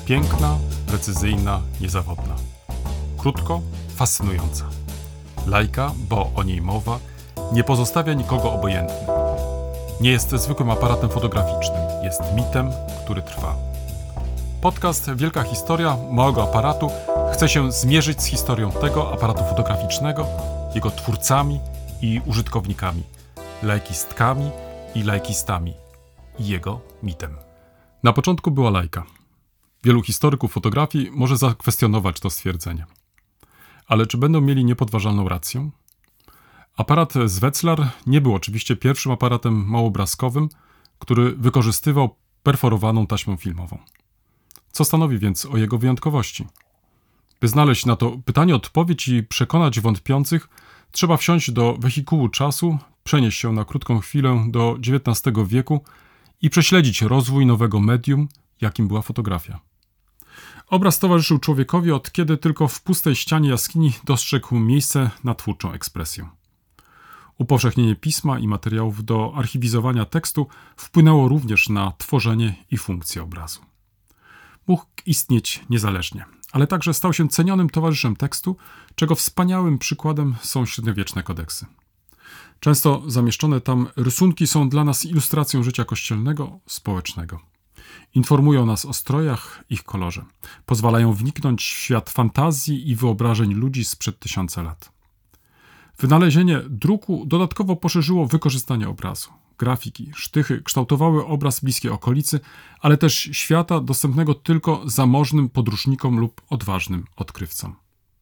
Piękna, precyzyjna, niezawodna. Krótko, fascynująca. Leica, bo o niej mowa, nie pozostawia nikogo obojętnym. Nie jest zwykłym aparatem fotograficznym, jest mitem, który trwa. Podcast Wielka Historia Małego Aparatu chce się zmierzyć z historią tego aparatu fotograficznego, jego twórcami i użytkownikami, laikistkami i laikistami i jego mitem. Na początku była Leica. Wielu historyków fotografii może zakwestionować to stwierdzenie. Ale czy będą mieli niepodważalną rację? Aparat z Wetzlar nie był oczywiście pierwszym aparatem małobrazkowym, który wykorzystywał perforowaną taśmę filmową. Co stanowi więc o jego wyjątkowości? By znaleźć na to pytanie odpowiedź i przekonać wątpiących, trzeba wsiąść do wehikułu czasu, przenieść się na krótką chwilę do XIX wieku i prześledzić rozwój nowego medium, jakim była fotografia. Obraz towarzyszył człowiekowi od kiedy tylko w pustej ścianie jaskini dostrzegł miejsce na twórczą ekspresję. Upowszechnienie pisma i materiałów do archiwizowania tekstu wpłynęło również na tworzenie i funkcję obrazu. Mógł istnieć niezależnie, ale także stał się cenionym towarzyszem tekstu, czego wspaniałym przykładem są średniowieczne kodeksy. Często zamieszczone tam rysunki są dla nas ilustracją życia kościelnego, społecznego. Informują nas o strojach, ich kolorze. Pozwalają wniknąć w świat fantazji i wyobrażeń ludzi sprzed 1000 lat. Wynalezienie druku dodatkowo poszerzyło wykorzystanie obrazu. Grafiki, sztychy kształtowały obraz bliskiej okolicy, ale też świata dostępnego tylko zamożnym podróżnikom lub odważnym odkrywcom.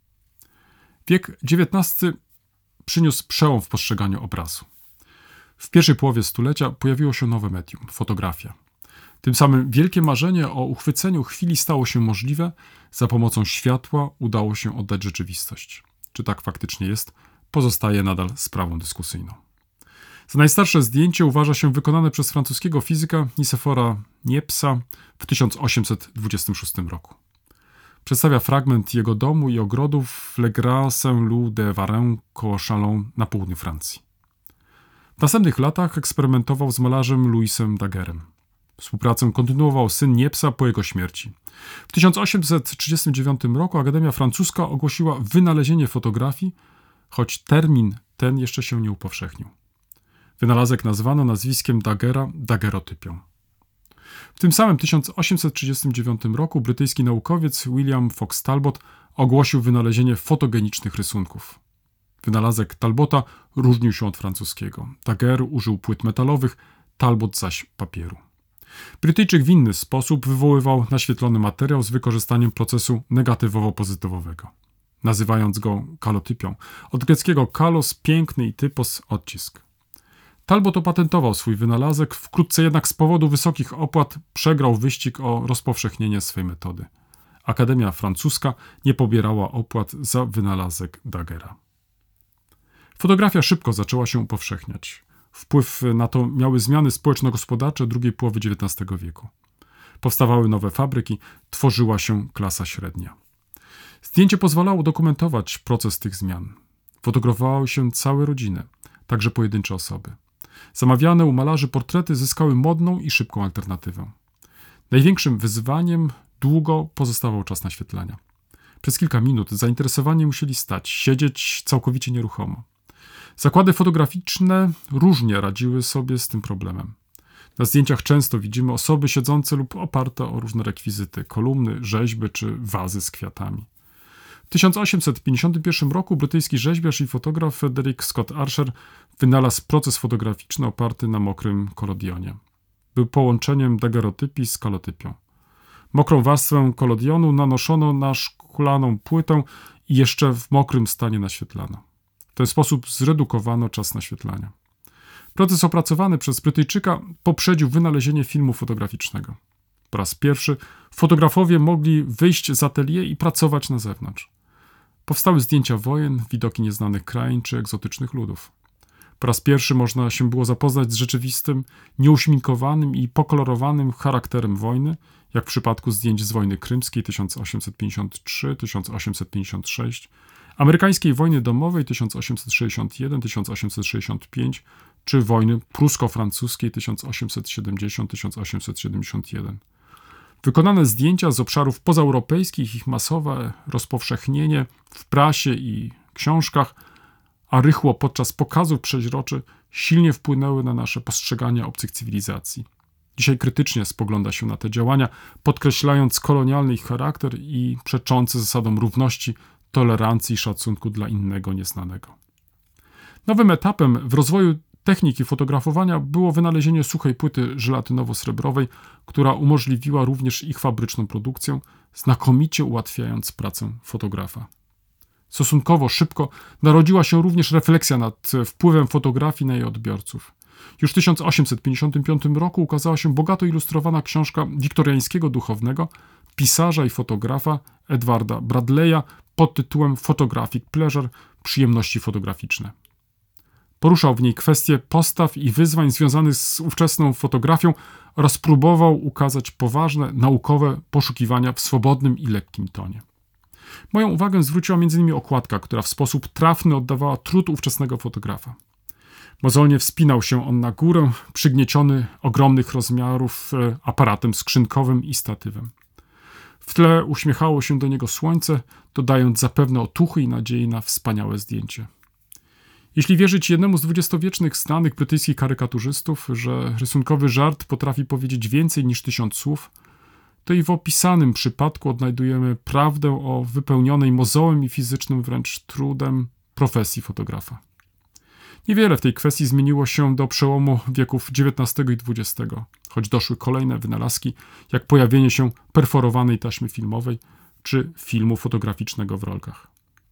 Wiek XIX przyniósł przełom w postrzeganiu obrazu. W pierwszej połowie stulecia pojawiło się nowe medium – fotografia. Tym samym wielkie marzenie o uchwyceniu chwili stało się możliwe, za pomocą światła udało się oddać rzeczywistość. Czy tak faktycznie jest, pozostaje nadal sprawą dyskusyjną. Za najstarsze zdjęcie uważa się wykonane przez francuskiego fizyka Nicéphora Niepcesa w 1826 roku. Przedstawia fragment jego domu i ogrodów w Le Grand Saint-Loup de Varennes koło Châlons na południu Francji. W następnych latach eksperymentował z malarzem Louisem Daguerre'em. Współpracę kontynuował syn Niepcesa po jego śmierci. W 1839 roku Akademia Francuska ogłosiła wynalezienie fotografii, choć termin ten jeszcze się nie upowszechnił. Wynalazek nazwano nazwiskiem Daguerre'a daguerreotypią. W tym samym 1839 roku brytyjski naukowiec William Fox Talbot ogłosił wynalezienie fotogenicznych rysunków. Wynalazek Talbota różnił się od francuskiego. Daguerre użył płyt metalowych, Talbot zaś papieru. Brytyjczyk w inny sposób wywoływał naświetlony materiał z wykorzystaniem procesu negatywowo-pozytywowego, nazywając go kalotypią. Od greckiego kalos, piękny i typos, odcisk. Talbot opatentował swój wynalazek, wkrótce jednak z powodu wysokich opłat przegrał wyścig o rozpowszechnienie swej metody. Akademia Francuska nie pobierała opłat za wynalazek Daguerre'a. Fotografia szybko zaczęła się upowszechniać. Wpływ na to miały zmiany społeczno-gospodarcze drugiej połowy XIX wieku. Powstawały nowe fabryki, tworzyła się klasa średnia. Zdjęcie pozwalało dokumentować proces tych zmian. Fotografowały się całe rodziny, także pojedyncze osoby. Zamawiane u malarzy portrety zyskały modną i szybką alternatywę. Największym wyzwaniem długo pozostawał czas naświetlania. Przez kilka minut zainteresowani musieli stać, siedzieć całkowicie nieruchomo. Zakłady fotograficzne różnie radziły sobie z tym problemem. Na zdjęciach często widzimy osoby siedzące lub oparte o różne rekwizyty, kolumny, rzeźby czy wazy z kwiatami. W 1851 roku brytyjski rzeźbiarz i fotograf Frederick Scott Archer wynalazł proces fotograficzny oparty na mokrym kolodionie. Był połączeniem daguerreotypii z kalotypią. Mokrą warstwę kolodionu nanoszono na szklaną płytę i jeszcze w mokrym stanie naświetlano. W ten sposób zredukowano czas naświetlania. Proces opracowany przez Brytyjczyka poprzedził wynalezienie filmu fotograficznego. Po raz pierwszy fotografowie mogli wyjść z atelier i pracować na zewnątrz. Powstały zdjęcia wojen, widoki nieznanych krain czy egzotycznych ludów. Po raz pierwszy można się było zapoznać z rzeczywistym, nieuśminkowanym i pokolorowanym charakterem wojny, jak w przypadku zdjęć z wojny krymskiej 1853-1856, amerykańskiej wojny domowej 1861-1865 czy wojny prusko-francuskiej 1870-1871. Wykonane zdjęcia z obszarów pozaeuropejskich, ich masowe rozpowszechnienie w prasie i książkach, a rychło podczas pokazów przeźroczy silnie wpłynęły na nasze postrzeganie obcych cywilizacji. Dzisiaj krytycznie spogląda się na te działania, podkreślając kolonialny ich charakter i przeczący zasadom równości, tolerancji i szacunku dla innego nieznanego. Nowym etapem w rozwoju techniki fotografowania było wynalezienie suchej płyty żelatynowo-srebrowej, która umożliwiła również ich fabryczną produkcję, znakomicie ułatwiając pracę fotografa. Stosunkowo szybko narodziła się również refleksja nad wpływem fotografii na jej odbiorców. Już w 1855 roku ukazała się bogato ilustrowana książka wiktoriańskiego duchownego, pisarza i fotografa Edwarda Bradley'a pod tytułem Photographic Pleasure – Przyjemności fotograficzne. Poruszał w niej kwestie postaw i wyzwań związanych z ówczesną fotografią oraz próbował ukazać poważne, naukowe poszukiwania w swobodnym i lekkim tonie. Moją uwagę zwróciła m.in. okładka, która w sposób trafny oddawała trud ówczesnego fotografa. Mozolnie wspinał się on na górę, przygnieciony ogromnych rozmiarów aparatem skrzynkowym i statywem. W tle uśmiechało się do niego słońce, dodając zapewne otuchy i nadziei na wspaniałe zdjęcie. Jeśli wierzyć jednemu z dwudziestowiecznych znanych brytyjskich karykaturzystów, że rysunkowy żart potrafi powiedzieć więcej niż 1000 słów, to i w opisanym przypadku odnajdujemy prawdę o wypełnionej mozołem i fizycznym wręcz trudem profesji fotografa. Niewiele w tej kwestii zmieniło się do przełomu wieków XIX i XX, choć doszły kolejne wynalazki, jak pojawienie się perforowanej taśmy filmowej czy filmu fotograficznego w rolkach.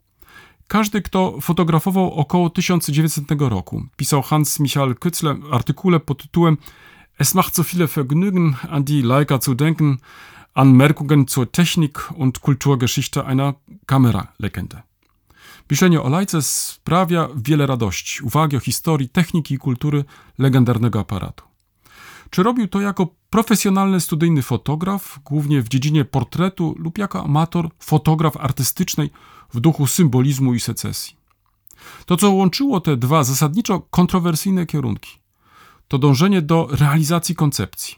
Każdy, kto fotografował około 1900 roku, pisał Hans Michael Kützle w artykule pod tytułem Es macht so viele Vergnügen, an die Leica zu denken, Anmerkungen zur Technik und Kulturgeschichte einer Kameralegende. Myślenie o Lajce sprawia wiele radości, uwagi o historii, techniki i kultury legendarnego aparatu. Czy robił to jako profesjonalny studyjny fotograf, głównie w dziedzinie portretu, lub jako amator, fotograf artystycznej w duchu symbolizmu i secesji? To, co łączyło te dwa zasadniczo kontrowersyjne kierunki, to dążenie do realizacji koncepcji.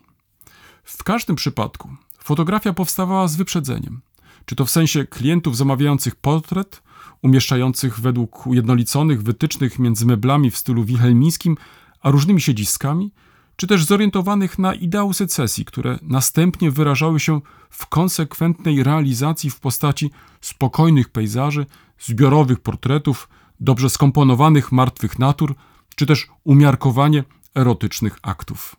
W każdym przypadku fotografia powstawała z wyprzedzeniem, czy to w sensie klientów zamawiających portret, umieszczających według ujednoliconych wytycznych między meblami w stylu wilhelmińskim a różnymi siedziskami, czy też zorientowanych na ideał secesji, które następnie wyrażały się w konsekwentnej realizacji w postaci spokojnych pejzaży, zbiorowych portretów, dobrze skomponowanych martwych natur, czy też umiarkowanie erotycznych aktów.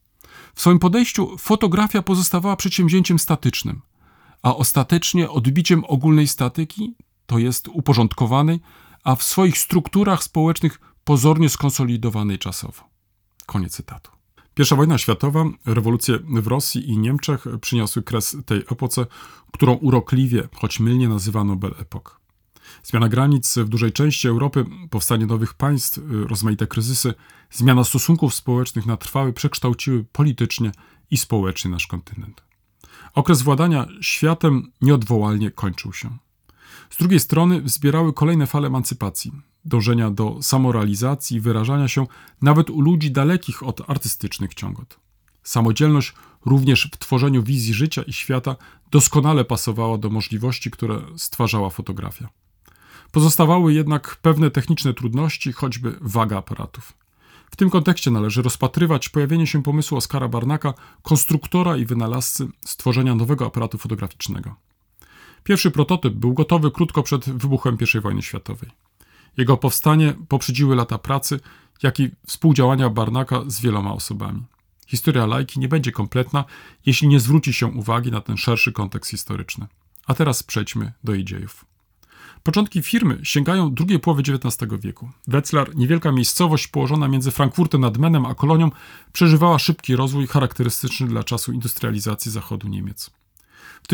W swoim podejściu fotografia pozostawała przedsięwzięciem statycznym, a ostatecznie odbiciem ogólnej statyki, to jest uporządkowanej, a w swoich strukturach społecznych pozornie skonsolidowanej czasowo. Koniec cytatu. I wojna światowa, rewolucje w Rosji i Niemczech przyniosły kres tej epoce, którą urokliwie, choć mylnie nazywano Belle Époque. Zmiana granic w dużej części Europy, powstanie nowych państw, rozmaite kryzysy, zmiana stosunków społecznych na trwałe przekształciły politycznie i społecznie nasz kontynent. Okres władania światem nieodwołalnie kończył się. Z drugiej strony wzbierały kolejne fale emancypacji, dążenia do samorealizacji i wyrażania się nawet u ludzi dalekich od artystycznych ciągot. Samodzielność również w tworzeniu wizji życia i świata doskonale pasowała do możliwości, które stwarzała fotografia. Pozostawały jednak pewne techniczne trudności, choćby waga aparatów. W tym kontekście należy rozpatrywać pojawienie się pomysłu Oskara Barnacka, konstruktora i wynalazcy stworzenia nowego aparatu fotograficznego. Pierwszy prototyp był gotowy krótko przed wybuchem I wojny światowej. Jego powstanie poprzedziły lata pracy, jak i współdziałania Barnacka z wieloma osobami. Historia Lajki nie będzie kompletna, jeśli nie zwróci się uwagi na ten szerszy kontekst historyczny. A teraz przejdźmy do jej dziejów. Początki firmy sięgają drugiej połowy XIX wieku. Wetzlar, niewielka miejscowość położona między Frankfurtem nad Menem a Kolonią, przeżywała szybki rozwój charakterystyczny dla czasu industrializacji zachodu Niemiec. W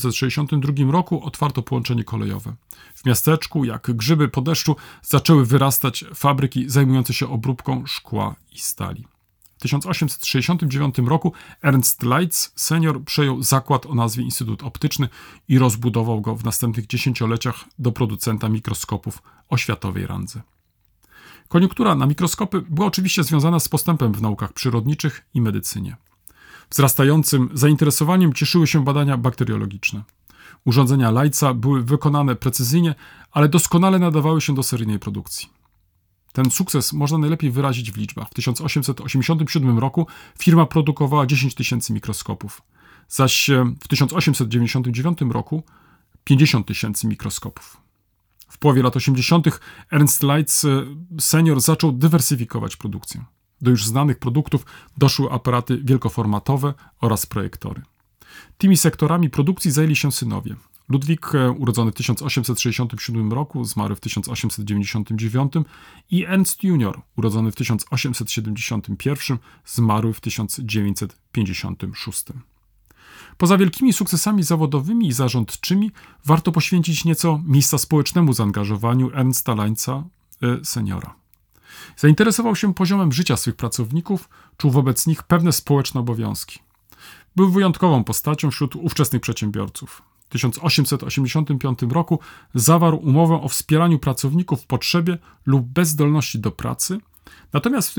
1862 roku otwarto połączenie kolejowe. W miasteczku, jak grzyby po deszczu, zaczęły wyrastać fabryki zajmujące się obróbką szkła i stali. W 1869 roku Ernst Leitz senior przejął zakład o nazwie Instytut Optyczny i rozbudował go w następnych dziesięcioleciach do producenta mikroskopów o światowej randze. Koniunktura na mikroskopy była oczywiście związana z postępem w naukach przyrodniczych i medycynie. Wzrastającym zainteresowaniem cieszyły się badania bakteriologiczne. Urządzenia Leitza były wykonane precyzyjnie, ale doskonale nadawały się do seryjnej produkcji. Ten sukces można najlepiej wyrazić w liczbach. W 1887 roku firma produkowała 10 tysięcy mikroskopów, zaś w 1899 roku 50 tysięcy mikroskopów. W połowie lat 80. Ernst Leitz senior zaczął dywersyfikować produkcję. Do już znanych produktów doszły aparaty wielkoformatowe oraz projektory. Tymi sektorami produkcji zajęli się synowie. Ludwik, urodzony w 1867 roku, zmarły w 1899, i Ernst Junior, urodzony w 1871, zmarły w 1956. Poza wielkimi sukcesami zawodowymi i zarządczymi warto poświęcić nieco miejsca społecznemu zaangażowaniu Ernsta Leitza seniora. Zainteresował się poziomem życia swych pracowników, czuł wobec nich pewne społeczne obowiązki. Był wyjątkową postacią wśród ówczesnych przedsiębiorców. W 1885 roku zawarł umowę o wspieraniu pracowników w potrzebie lub bez zdolności do pracy, natomiast w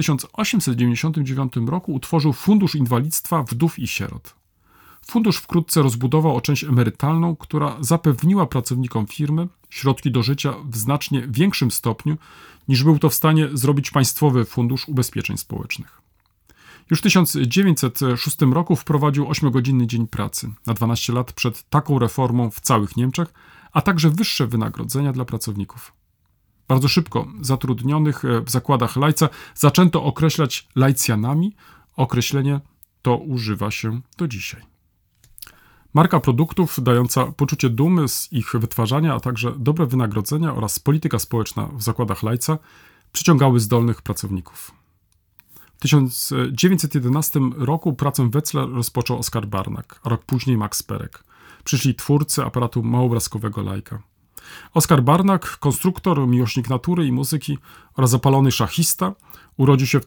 1899 roku utworzył Fundusz Inwalidztwa Wdów i Sierot. Fundusz wkrótce rozbudował o część emerytalną, która zapewniła pracownikom firmy środki do życia w znacznie większym stopniu, niż był to w stanie zrobić Państwowy Fundusz Ubezpieczeń Społecznych. Już w 1906 roku wprowadził 8-godzinny dzień pracy, na 12 lat przed taką reformą w całych Niemczech, a także wyższe wynagrodzenia dla pracowników. Bardzo szybko zatrudnionych w zakładach Leitza zaczęto określać Leitzianami. Określenie to używa się do dzisiaj. Marka produktów dająca poczucie dumy z ich wytwarzania, a także dobre wynagrodzenia oraz polityka społeczna w zakładach Leitza przyciągały zdolnych pracowników. W 1911 roku pracę w Wetzlar rozpoczął Oskar Barnack, a rok później Max Perek. Przyszli twórcy aparatu małobrazkowego Leica. Oskar Barnack, konstruktor, miłośnik natury i muzyki oraz zapalony szachista, urodził się w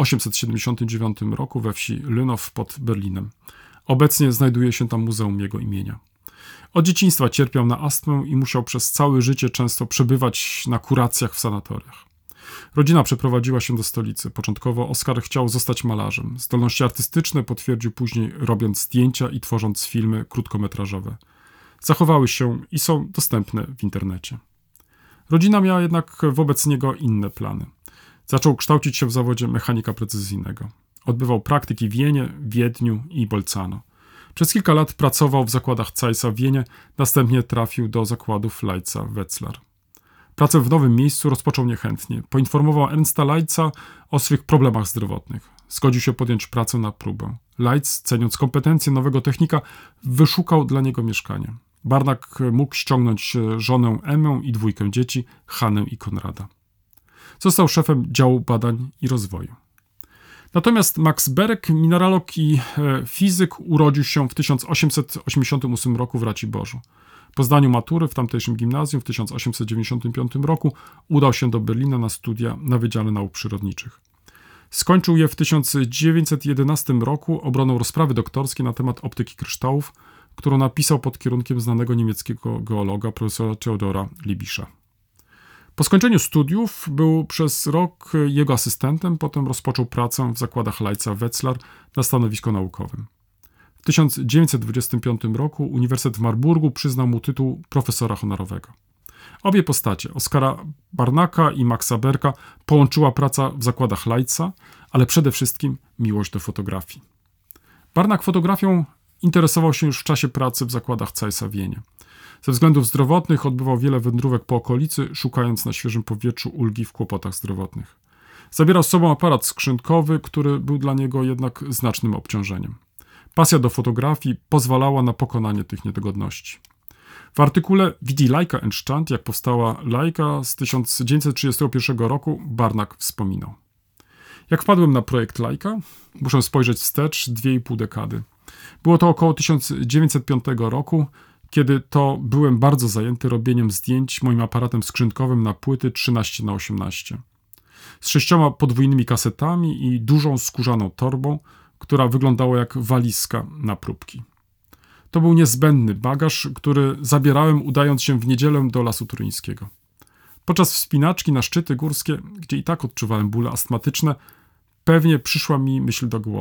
1879 roku we wsi Lünow pod Berlinem. Obecnie znajduje się tam muzeum jego imienia. Od dzieciństwa cierpiał na astmę i musiał przez całe życie często przebywać na kuracjach w sanatoriach. Rodzina przeprowadziła się do stolicy. Początkowo Oskar chciał zostać malarzem. Zdolności artystyczne potwierdził później, robiąc zdjęcia i tworząc filmy krótkometrażowe. Zachowały się i są dostępne w internecie. Rodzina miała jednak wobec niego inne plany. Zaczął kształcić się w zawodzie mechanika precyzyjnego. Odbywał praktyki w Wienie, Wiedniu i Bolzano. Przez kilka lat pracował w zakładach Zeissa w Wienie, następnie trafił do zakładów Leitza w Wetzlar. Pracę w nowym miejscu rozpoczął niechętnie. Poinformował Ernsta Leitza o swych problemach zdrowotnych. Zgodził się podjąć pracę na próbę. Leitz, ceniąc kompetencje nowego technika, wyszukał dla niego mieszkanie. Barnack mógł ściągnąć żonę Emmę i 2 dzieci, Hannę i Konrada. Został szefem działu badań i rozwoju. Natomiast Max Berek, mineralog i fizyk, urodził się w 1888 roku w Raciborzu. Po zdaniu matury w tamtejszym gimnazjum w 1895 roku udał się do Berlina na studia na Wydziale Nauk Przyrodniczych. Skończył je w 1911 roku obroną rozprawy doktorskiej na temat optyki kryształów, którą napisał pod kierunkiem znanego niemieckiego geologa profesora Theodora Liebischa. Po skończeniu studiów był przez rok jego asystentem, potem rozpoczął pracę w zakładach Leitza w Wetzlar na stanowisku naukowym. W 1925 roku Uniwersytet w Marburgu przyznał mu tytuł profesora honorowego. Obie postacie, Oskara Barnacka i Maxa Berka, połączyła praca w zakładach Leitza, ale przede wszystkim miłość do fotografii. Barnack fotografią interesował się już w czasie pracy w zakładach Zeissa w Wienie. Ze względów zdrowotnych odbywał wiele wędrówek po okolicy, szukając na świeżym powietrzu ulgi w kłopotach zdrowotnych. Zabierał z sobą aparat skrzynkowy, który był dla niego jednak znacznym obciążeniem. Pasja do fotografii pozwalała na pokonanie tych niedogodności. W artykule Wie die Leica-Entstand, jak powstała Leica z 1931 roku, Barnack wspominał: Jak wpadłem na projekt Leica, muszę spojrzeć wstecz 2,5 dekady. Było to około 1905 roku, kiedy to byłem bardzo zajęty robieniem zdjęć moim aparatem skrzynkowym na płyty 13x18. Z 6 podwójnymi kasetami i dużą skórzaną torbą, która wyglądała jak walizka na próbki. To był niezbędny bagaż, który zabierałem, udając się w niedzielę do Lasu Turyńskiego. Podczas wspinaczki na szczyty górskie, gdzie i tak odczuwałem bóle astmatyczne, pewnie przyszła mi myśl do głowy.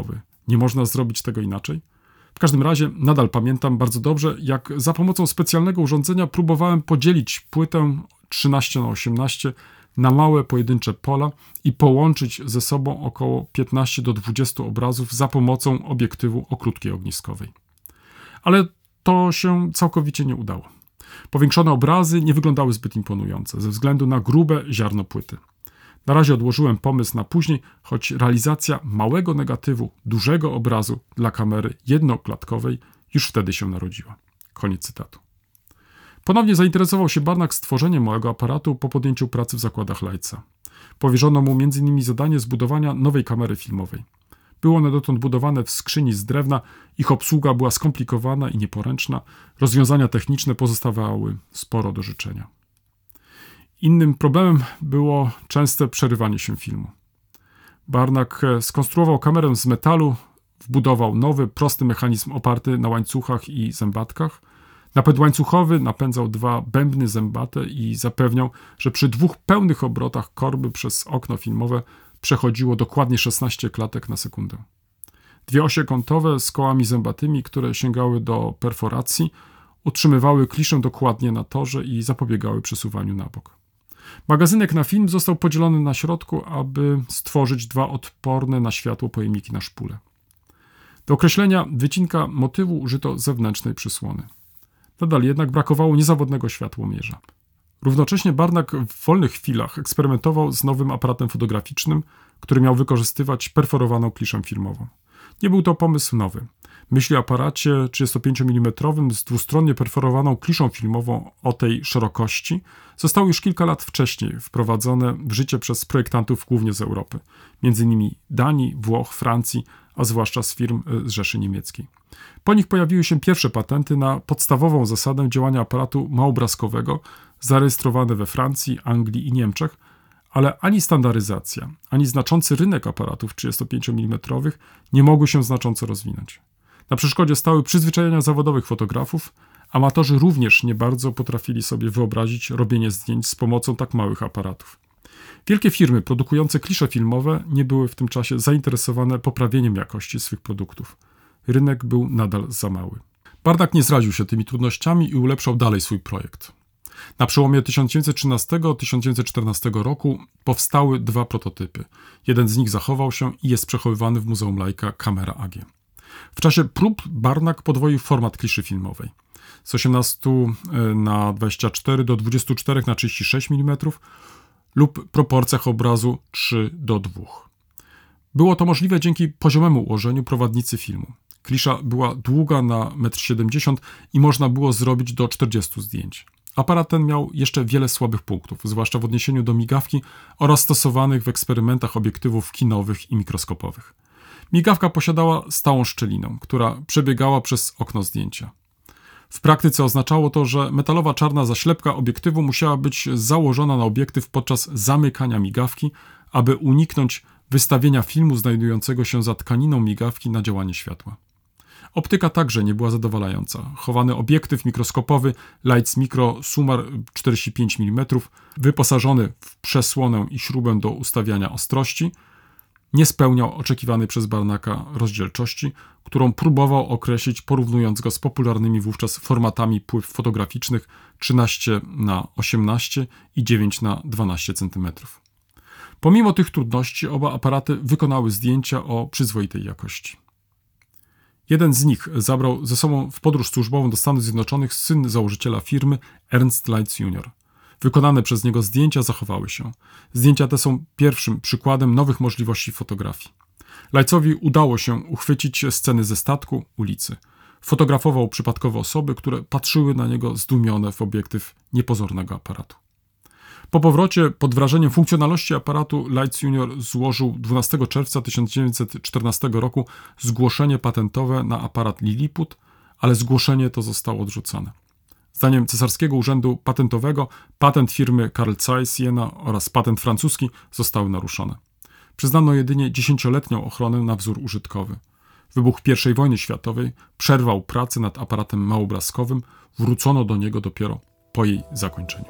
Nie można zrobić tego inaczej? W każdym razie nadal pamiętam bardzo dobrze, jak za pomocą specjalnego urządzenia próbowałem podzielić płytę 13x18 na małe pojedyncze pola i połączyć ze sobą około 15 do 20 obrazów za pomocą obiektywu o krótkiej ogniskowej. Ale to się całkowicie nie udało. Powiększone obrazy nie wyglądały zbyt imponujące ze względu na grube ziarno płyty. Na razie odłożyłem pomysł na później, choć realizacja małego negatywu, dużego obrazu dla kamery jednoklatkowej już wtedy się narodziła. Koniec cytatu. Ponownie zainteresował się Barnack stworzeniem małego aparatu po podjęciu pracy w zakładach Leitza. Powierzono mu m.in. zadanie zbudowania nowej kamery filmowej. Były one dotąd budowane w skrzyni z drewna, ich obsługa była skomplikowana i nieporęczna, rozwiązania techniczne pozostawały sporo do życzenia. Innym problemem było częste przerywanie się filmu. Barnack skonstruował kamerę z metalu, wbudował nowy, prosty mechanizm oparty na łańcuchach i zębatkach. Napęd łańcuchowy napędzał 2 bębny zębate i zapewniał, że przy 2 pełnych obrotach korby przez okno filmowe przechodziło dokładnie 16 klatek na sekundę. 2 osie kątowe z kołami zębatymi, które sięgały do perforacji, utrzymywały kliszę dokładnie na torze i zapobiegały przesuwaniu na bok. Magazynek na film został podzielony na środku, aby stworzyć 2 odporne na światło pojemniki na szpulę. Do określenia wycinka motywu użyto zewnętrznej przysłony. Nadal jednak brakowało niezawodnego światłomierza. Równocześnie Barnack w wolnych chwilach eksperymentował z nowym aparatem fotograficznym, który miał wykorzystywać perforowaną kliszę filmową. Nie był to pomysł nowy. Myśli o aparacie 35 mm z dwustronnie perforowaną kliszą filmową o tej szerokości zostały już kilka lat wcześniej wprowadzone w życie przez projektantów głównie z Europy, m.in. Danii, Włoch, Francji, a zwłaszcza z firm z Rzeszy Niemieckiej. Po nich pojawiły się pierwsze patenty na podstawową zasadę działania aparatu małobrazkowego, zarejestrowane we Francji, Anglii i Niemczech, ale ani standaryzacja, ani znaczący rynek aparatów 35 mm nie mogły się znacząco rozwinąć. Na przeszkodzie stały przyzwyczajenia zawodowych fotografów, amatorzy również nie bardzo potrafili sobie wyobrazić robienie zdjęć z pomocą tak małych aparatów. Wielkie firmy produkujące klisze filmowe nie były w tym czasie zainteresowane poprawieniem jakości swych produktów. Rynek był nadal za mały. Barnack nie zraził się tymi trudnościami i ulepszał dalej swój projekt. Na przełomie 1913-1914 roku powstały 2 prototypy. Jeden z nich zachował się i jest przechowywany w Muzeum Leica Camera AG. W czasie prób Barnack podwoił format kliszy filmowej z 18:24 do 24:36 mm lub proporcjach obrazu 3:2. Było to możliwe dzięki poziomemu ułożeniu prowadnicy filmu. Klisza była długa na 1,70 m i można było zrobić do 40 zdjęć. Aparat ten miał jeszcze wiele słabych punktów, zwłaszcza w odniesieniu do migawki oraz stosowanych w eksperymentach obiektywów kinowych i mikroskopowych. Migawka posiadała stałą szczelinę, która przebiegała przez okno zdjęcia. W praktyce oznaczało to, że metalowa czarna zaślepka obiektywu musiała być założona na obiektyw podczas zamykania migawki, aby uniknąć wystawienia filmu znajdującego się za tkaniną migawki na działanie światła. Optyka także nie była zadowalająca. Chowany obiektyw mikroskopowy Leitz Micro Sumar 45 mm, wyposażony w przesłonę i śrubę do ustawiania ostrości, nie spełniał oczekiwanej przez Barnacka rozdzielczości, którą próbował określić, porównując go z popularnymi wówczas formatami pływ fotograficznych 13x18 i 9x12 cm. Pomimo tych trudności oba aparaty wykonały zdjęcia o przyzwoitej jakości. Jeden z nich zabrał ze sobą w podróż służbową do Stanów Zjednoczonych syn założyciela firmy Ernst Leitz Jr. Wykonane przez niego zdjęcia zachowały się. Zdjęcia te są pierwszym przykładem nowych możliwości fotografii. Leitzowi udało się uchwycić sceny ze statku, ulicy. Fotografował przypadkowe osoby, które patrzyły na niego zdumione w obiektyw niepozornego aparatu. Po powrocie, pod wrażeniem funkcjonalności aparatu, Leitz Jr. złożył 12 czerwca 1914 roku zgłoszenie patentowe na aparat Lilliput, ale zgłoszenie to zostało odrzucone. Zdaniem Cesarskiego Urzędu Patentowego patent firmy Carl Zeiss Jena oraz patent francuski zostały naruszone. Przyznano jedynie 10-letnią ochronę na wzór użytkowy. Wybuch I wojny światowej przerwał pracę nad aparatem małobrazkowym, wrócono do niego dopiero po jej zakończeniu.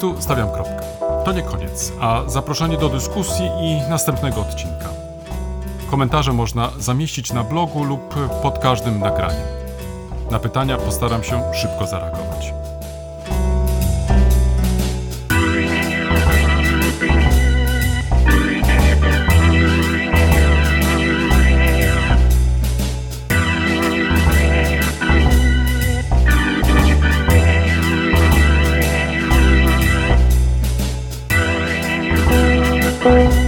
tu stawiam kropkę. To nie koniec, a zaproszenie do dyskusji i następnego odcinka. Komentarze można zamieścić na blogu lub pod każdym nagraniem. Na pytania postaram się szybko zareagować. Thank you.